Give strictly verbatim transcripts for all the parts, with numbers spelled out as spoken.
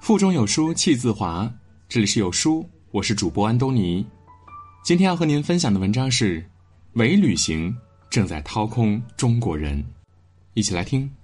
腹中有书气自华，这里是有书，我是主播安东尼。今天要和您分享的文章是伪旅行正在掏空中国人，一起来听。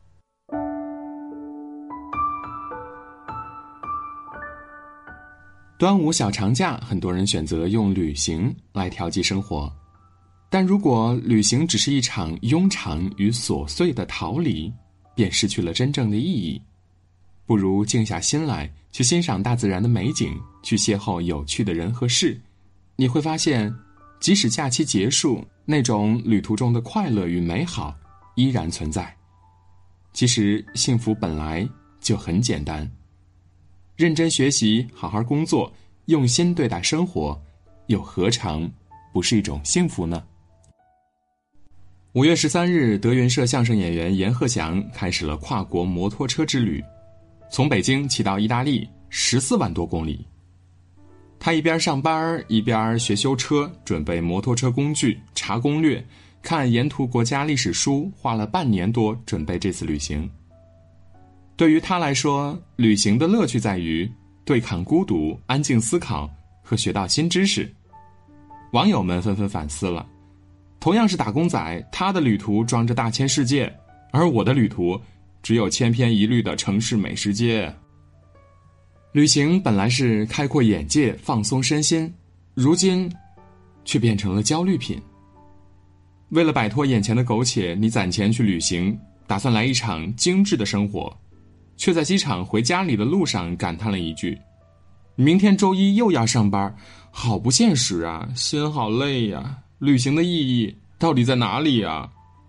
端午小长假，很多人选择用旅行来调剂生活，但如果旅行只是一场庸常与琐碎的逃离，便失去了真正的意义。不如静下心来，去欣赏大自然的美景，去邂逅有趣的人和事。你会发现，即使假期结束，那种旅途中的快乐与美好依然存在。其实幸福本来就很简单，认真学习，好好工作，用心对待生活，又何尝不是一种幸福呢？五月十三日，德云社相声演员阎鹤祥开始了跨国摩托车之旅，从北京骑到意大利十四万多公里。他一边上班一边学修车，准备摩托车工具，查攻略，看沿途国家历史书，花了半年多准备这次旅行。对于他来说，旅行的乐趣在于对抗孤独，安静思考和学到新知识。网友们纷纷反思了，同样是打工仔，他的旅途装着大千世界，而我的旅途只有千篇一律的城市美食街。旅行本来是开阔眼界，放松身心，如今却变成了焦虑品。为了摆脱眼前的苟且，你攒钱去旅行，打算来一场精致的生活，却在机场回家里的路上感叹了一句：明天周一又要上班，好不现实啊，心好累呀，旅行的意义到底在哪里啊？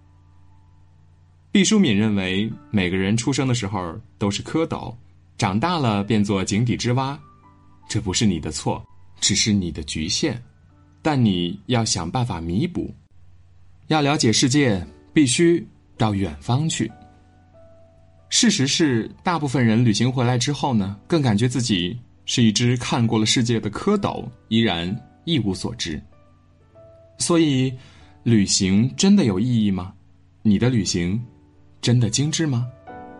毕淑敏认为，每个人出生的时候都是蝌蚪，长大了便做井底之蛙。这不是你的错，只是你的局限，但你要想办法弥补。要了解世界，必须到远方去。事实是，大部分人旅行回来之后呢，更感觉自己是一只看过了世界的蝌蚪，依然一无所知。所以，旅行真的有意义吗？你的旅行真的精致吗？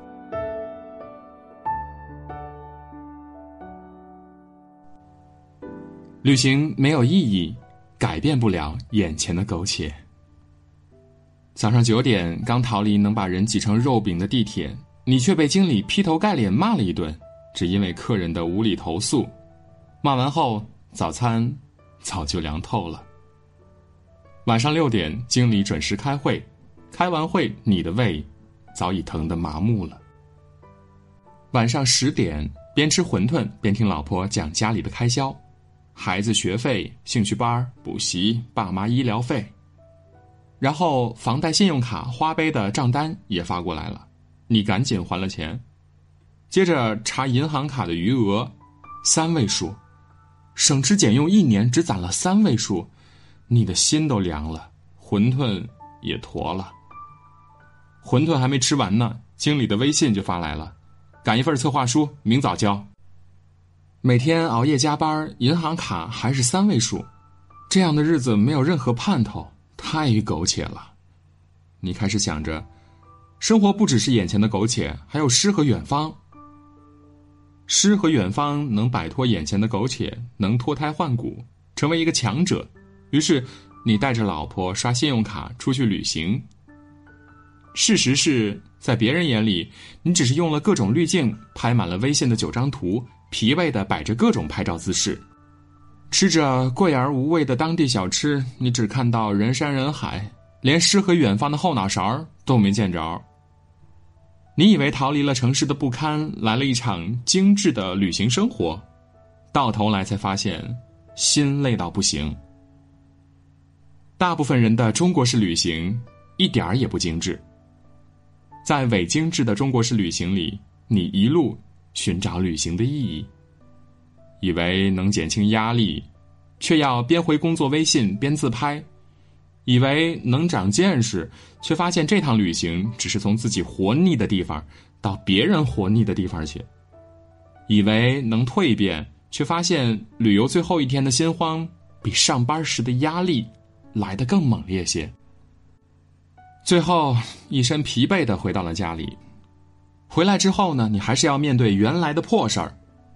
旅行没有意义，改变不了眼前的苟且。早上九点刚逃离能把人挤成肉饼的地铁，你却被经理劈头盖脸骂了一顿，只因为客人的无理投诉。骂完后，早餐早就凉透了。晚上六点，经理准时开会，开完会，你的胃早已疼得麻木了。晚上十点，边吃馄饨边听老婆讲家里的开销，孩子学费、兴趣班、补习、爸妈医疗费，然后房贷、信用卡、花呗的账单也发过来了，你赶紧还了钱。接着查银行卡的余额，三位数，省吃俭用一年只攒了三位数，你的心都凉了，馄饨也坨了。馄饨还没吃完呢，经理的微信就发来了，赶一份策划书，明早交。每天熬夜加班，银行卡还是三位数，这样的日子没有任何盼头，太苟且了。你开始想着，生活不只是眼前的苟且，还有诗和远方。诗和远方能摆脱眼前的苟且，能脱胎换骨，成为一个强者。于是你带着老婆刷信用卡出去旅行。事实是，在别人眼里，你只是用了各种滤镜拍满了微信的九张图，疲惫地摆着各种拍照姿势。吃着贵而无味的当地小吃，你只看到人山人海，连诗和远方的后脑勺都没见着。你以为逃离了城市的不堪，来了一场精致的旅行生活，到头来才发现心累到不行。大部分人的中国式旅行一点儿也不精致。在伪精致的中国式旅行里，你一路寻找旅行的意义，以为能减轻压力，却要边回工作微信边自拍；以为能长见识，却发现这趟旅行只是从自己活腻的地方到别人活腻的地方去；以为能蜕变，却发现旅游最后一天的心慌比上班时的压力来得更猛烈些。最后一身疲惫地回到了家里。回来之后呢，你还是要面对原来的破事儿，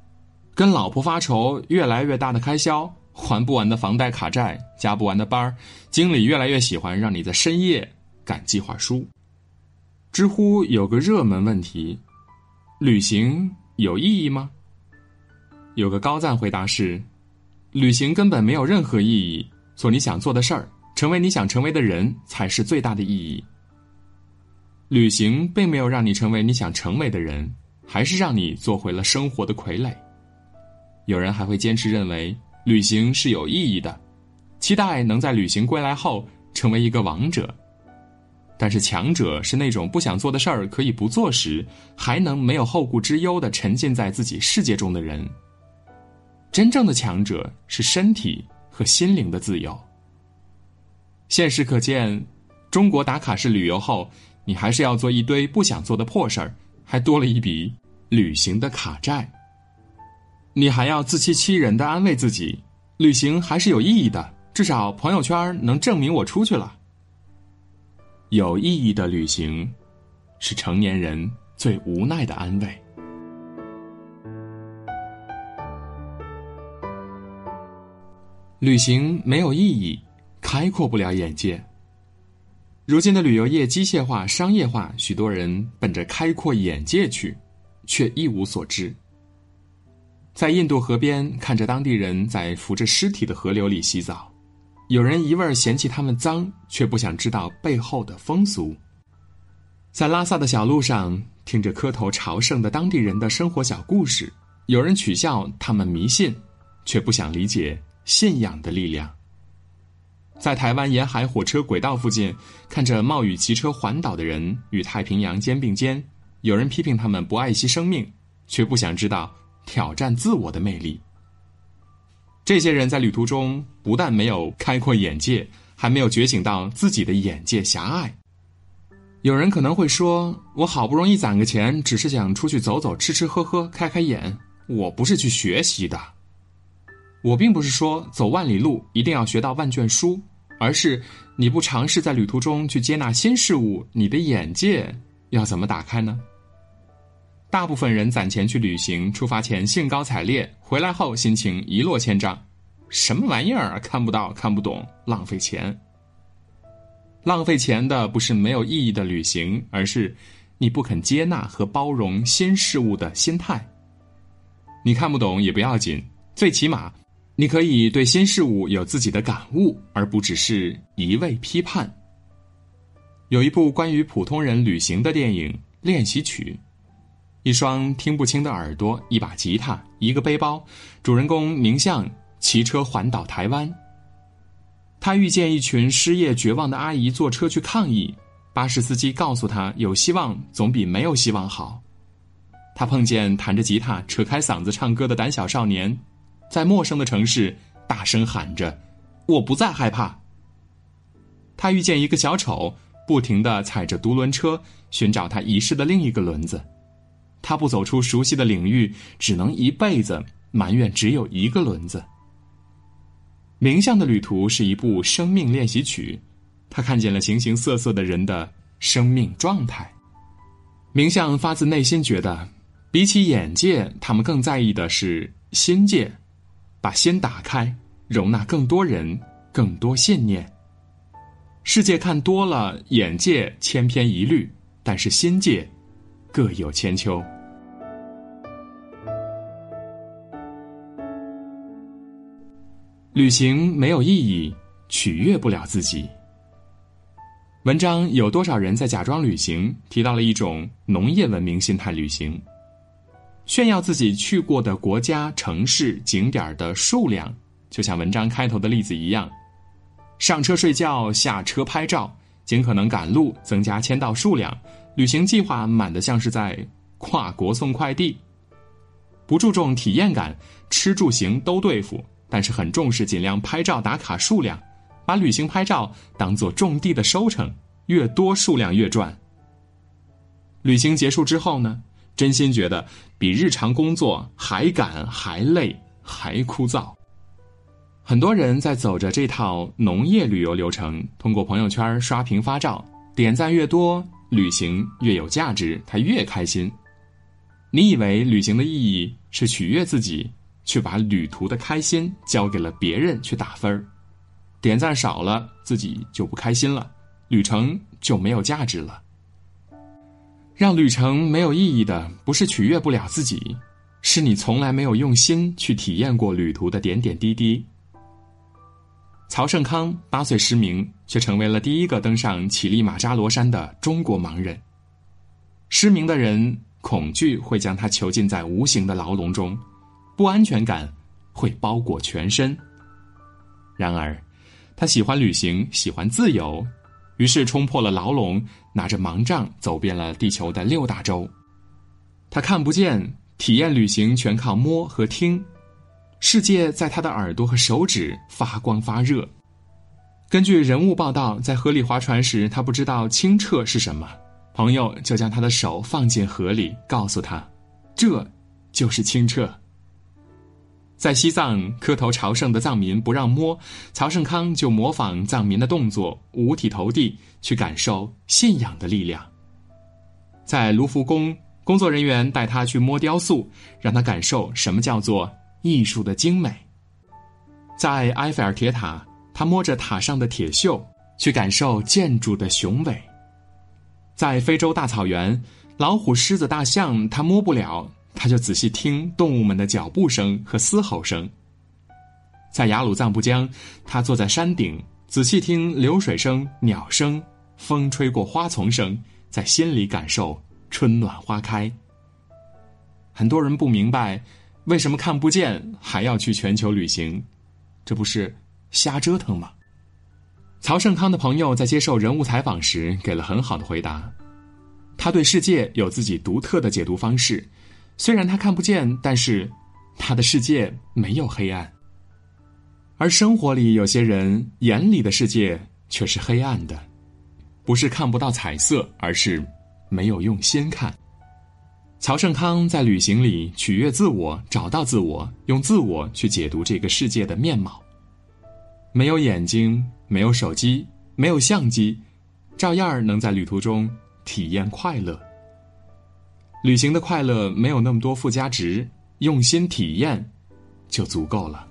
跟老婆发愁越来越大的开销，还不完的房贷卡债，加不完的班，经理越来越喜欢让你在深夜赶计划书。知乎有个热门问题：旅行有意义吗？有个高赞回答是：旅行根本没有任何意义，做你想做的事儿，成为你想成为的人才是最大的意义。旅行并没有让你成为你想成为的人，还是让你做回了生活的傀儡。有人还会坚持认为旅行是有意义的，期待能在旅行归来后成为一个王者。但是强者是那种不想做的事儿可以不做时，还能没有后顾之忧地沉浸在自己世界中的人。真正的强者是身体和心灵的自由。现实可见，中国打卡式旅游后，你还是要做一堆不想做的破事儿，还多了一笔旅行的卡债。你还要自欺欺人地安慰自己，旅行还是有意义的，至少朋友圈能证明我出去了。有意义的旅行，是成年人最无奈的安慰。旅行没有意义，开阔不了眼界。如今的旅游业机械化、商业化，许多人奔着开阔眼界去，却一无所知。在印度河边，看着当地人在浮着尸体的河流里洗澡，有人一味嫌弃他们脏，却不想知道背后的风俗。在拉萨的小路上，听着磕头朝圣的当地人的生活小故事，有人取笑他们迷信，却不想理解信仰的力量。在台湾沿海火车轨道附近，看着冒雨骑车环岛的人与太平洋肩并肩，有人批评他们不爱惜生命，却不想知道挑战自我的魅力。这些人在旅途中不但没有开阔眼界，还没有觉醒到自己的眼界狭隘。有人可能会说，我好不容易攒个钱，只是想出去走走，吃吃喝喝，开开眼，我不是去学习的。我并不是说走万里路一定要学到万卷书，而是你不尝试在旅途中去接纳新事物，你的眼界要怎么打开呢？大部分人攒钱去旅行，出发前兴高采烈，回来后心情一落千丈。什么玩意儿啊，看不到看不懂，浪费钱。浪费钱的不是没有意义的旅行，而是你不肯接纳和包容新事物的心态。你看不懂也不要紧，最起码你可以对新事物有自己的感悟，而不只是一味批判。有一部关于普通人旅行的电影《练习曲》，一双听不清的耳朵，一把吉他，一个背包，主人公明相骑车环岛台湾。他遇见一群失业绝望的阿姨坐车去抗议，巴士司机告诉他，有希望总比没有希望好。他碰见弹着吉他扯开嗓子唱歌的胆小少年，在陌生的城市大声喊着，我不再害怕。他遇见一个小丑，不停地踩着独轮车寻找他遗失的另一个轮子。他不走出熟悉的领域，只能一辈子埋怨只有一个轮子。明相的旅途是一部生命练习曲，他看见了形形色色的人的生命状态。明相发自内心觉得，比起眼界，他们更在意的是心界，把心打开，容纳更多人，更多信念。世界看多了，眼界千篇一律，但是心界各有千秋。旅行没有意义，取悦不了自己。文章有多少人在假装旅行提到了一种农业文明心态旅行，炫耀自己去过的国家、城市、景点的数量，就像文章开头的例子一样，上车睡觉，下车拍照，尽可能赶路，增加签到数量，旅行计划满得像是在跨国送快递。不注重体验感，吃住行都对付，但是很重视尽量拍照打卡数量，把旅行拍照当作种地的收成，越多数量越赚。旅行结束之后呢，真心觉得比日常工作还赶还累还枯燥。很多人在走着这套农业旅游流程，通过朋友圈刷屏发照，点赞越多，旅行越有价值，他越开心。你以为旅行的意义是取悦自己， 却把旅途的开心交给了别人去打分，点赞少了，自己就不开心了，旅程就没有价值了。让旅程没有意义的，不是取悦不了自己，是你从来没有用心去体验过旅途的点点滴滴。曹盛康八岁失明，却成为了第一个登上乞力马扎罗山的中国盲人。失明的人，恐惧会将他囚禁在无形的牢笼中，不安全感会包裹全身。然而，他喜欢旅行，喜欢自由，于是冲破了牢笼，拿着盲杖走遍了地球的六大洲。他看不见，体验旅行全靠摸和听，世界在他的耳朵和手指发光发热。根据人物报道，在河里划船时，他不知道清澈是什么，朋友就将他的手放进河里，告诉他，这就是清澈。在西藏，磕头朝圣的藏民不让摸，曹盛康就模仿藏民的动作，五体投地，去感受信仰的力量。在卢浮宫，工作人员带他去摸雕塑，让他感受什么叫做艺术的精美。在埃菲尔铁塔，他摸着塔上的铁锈，去感受建筑的雄伟。在非洲大草原，老虎、狮子、大象他摸不了，他就仔细听动物们的脚步声和嘶吼声。在雅鲁藏布江，他坐在山顶，仔细听流水声、鸟声、风吹过花丛声，在心里感受春暖花开。很多人不明白，为什么看不见还要去全球旅行？这不是瞎折腾吗？曹盛康的朋友在接受人物采访时给了很好的回答。他对世界有自己独特的解读方式，虽然他看不见，但是他的世界没有黑暗。而生活里有些人眼里的世界却是黑暗的，不是看不到彩色，而是没有用心看。曹盛康在旅行里取悦自我，找到自我，用自我去解读这个世界的面貌。没有眼睛，没有手机，没有相机，照样能在旅途中体验快乐。旅行的快乐没有那么多附加值，用心体验就足够了。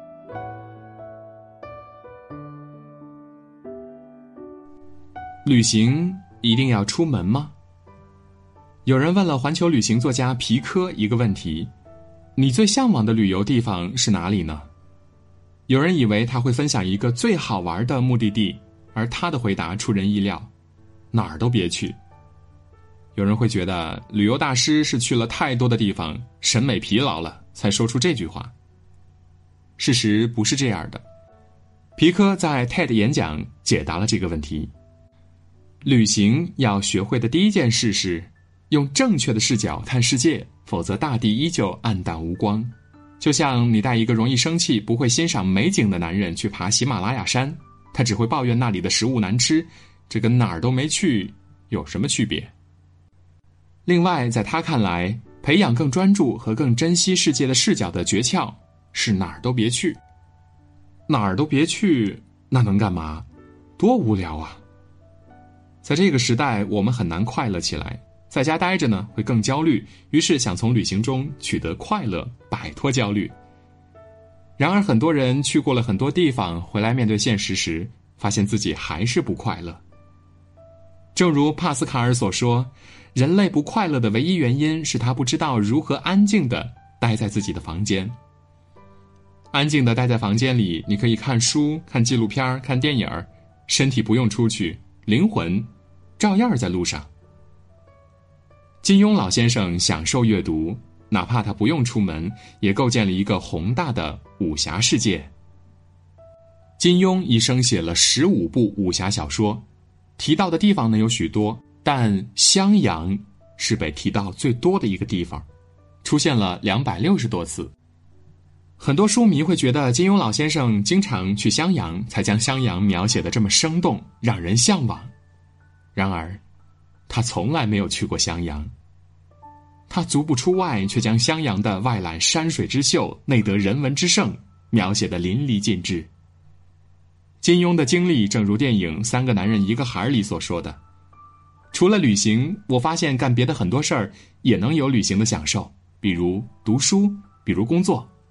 旅行一定要出门吗？有人问了环球旅行作家皮科一个问题：你最向往的旅游地方是哪里呢？有人以为他会分享一个最好玩的目的地，而他的回答出人意料：哪儿都别去。有人会觉得旅游大师是去了太多的地方，审美疲劳了，才说出这句话。事实不是这样的。皮科在 T E D 演讲解答了这个问题。旅行要学会的第一件事是用正确的视角看世界，否则大地依旧暗淡无光。就像你带一个容易生气、不会欣赏美景的男人去爬喜马拉雅山，他只会抱怨那里的食物难吃，这跟哪儿都没去有什么区别？另外，在他看来，培养更专注和更珍惜世界的视角的诀窍是哪儿都别去。哪儿都别去，那能干嘛？多无聊啊！在这个时代，我们很难快乐起来，在家待着呢，会更焦虑，于是想从旅行中取得快乐，摆脱焦虑。然而，很多人去过了很多地方，回来面对现实时，发现自己还是不快乐。正如帕斯卡尔所说，人类不快乐的唯一原因是他不知道如何安静地待在自己的房间。安静地待在房间里，你可以看书、看纪录片、看电影，身体不用出去，灵魂照样在路上。金庸老先生享受阅读，哪怕他不用出门，也构建了一个宏大的武侠世界。金庸一生写了十五部武侠小说，提到的地方呢有许多，但襄阳是被提到最多的一个地方，出现了两百六十多次。很多书迷会觉得金庸老先生经常去襄阳，才将襄阳描写得这么生动，让人向往。然而，他从来没有去过襄阳。他足不出外，却将襄阳的外揽山水之秀、内得人文之盛描写得淋漓尽致。金庸的经历正如电影《三个男人一个孩儿》里所说的，除了旅行，我发现干别的很多事儿也能有旅行的享受，比如读书，比如工作，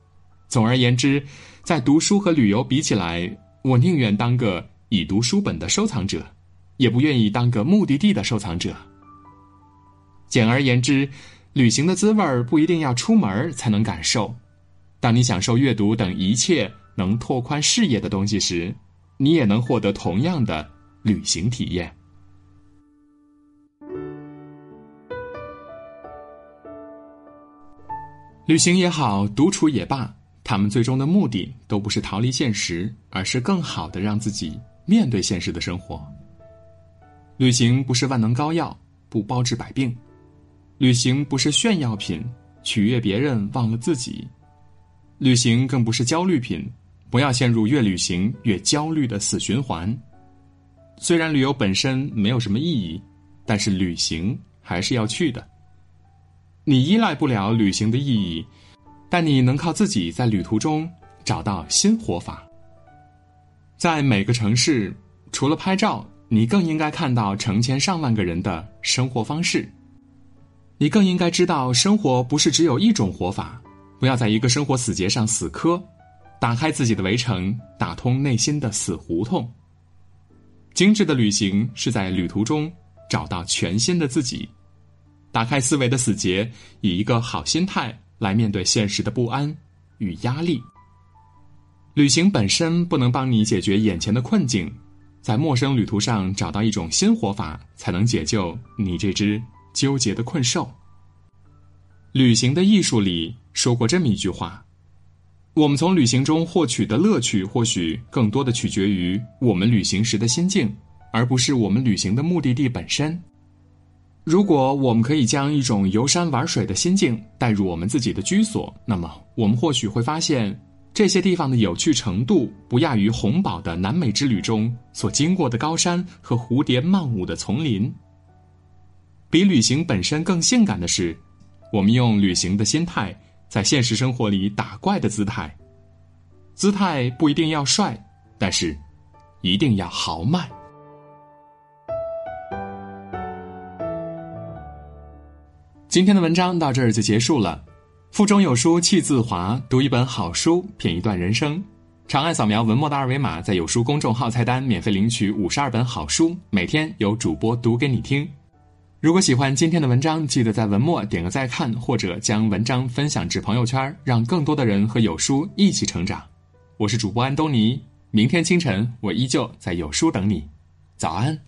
总而言之，在读书和旅游比起来，我宁愿当个已读书本的收藏者，也不愿意当个目的地的收藏者。简而言之，旅行的滋味不一定要出门才能感受。当你享受阅读等一切能拓宽视野的东西时，你也能获得同样的旅行体验。旅行也好，独处也罢，他们最终的目的都不是逃离现实，而是更好地让自己面对现实的生活。旅行不是万能膏药，不包治百病。旅行不是炫耀品，取悦别人忘了自己。旅行更不是焦虑品，不要陷入越旅行越焦虑的死循环。虽然旅游本身没有什么意义，但是旅行还是要去的。你依赖不了旅行的意义，但你能靠自己在旅途中找到新活法。在每个城市，除了拍照，你更应该看到成千上万个人的生活方式。你更应该知道，生活不是只有一种活法，不要在一个生活死结上死磕，打开自己的围城，打通内心的死胡同。精致的旅行是在旅途中找到全新的自己，打开思维的死结，以一个好心态来面对现实的不安与压力。旅行本身不能帮你解决眼前的困境，在陌生旅途上找到一种新活法，才能解救你这只纠结的困兽。旅行的艺术里说过这么一句话，我们从旅行中获取的乐趣或许更多的取决于我们旅行时的心境，而不是我们旅行的目的地本身。如果我们可以将一种游山玩水的心境带入我们自己的居所，那么我们或许会发现，这些地方的有趣程度不亚于洪堡的南美之旅中所经过的高山和蝴蝶漫舞的丛林。比旅行本身更性感的是，我们用旅行的心态在现实生活里打怪的姿态。姿态不一定要帅，但是一定要豪迈。今天的文章到这儿就结束了。腹中有书气自华，读一本好书，品一段人生。长按扫描文末的二维码，在有书公众号菜单免费领取五十二本好书，每天有主播读给你听。如果喜欢今天的文章，记得在文末点个再看，或者将文章分享至朋友圈，让更多的人和有书一起成长。我是主播安东尼，明天清晨我依旧在有书等你。早安。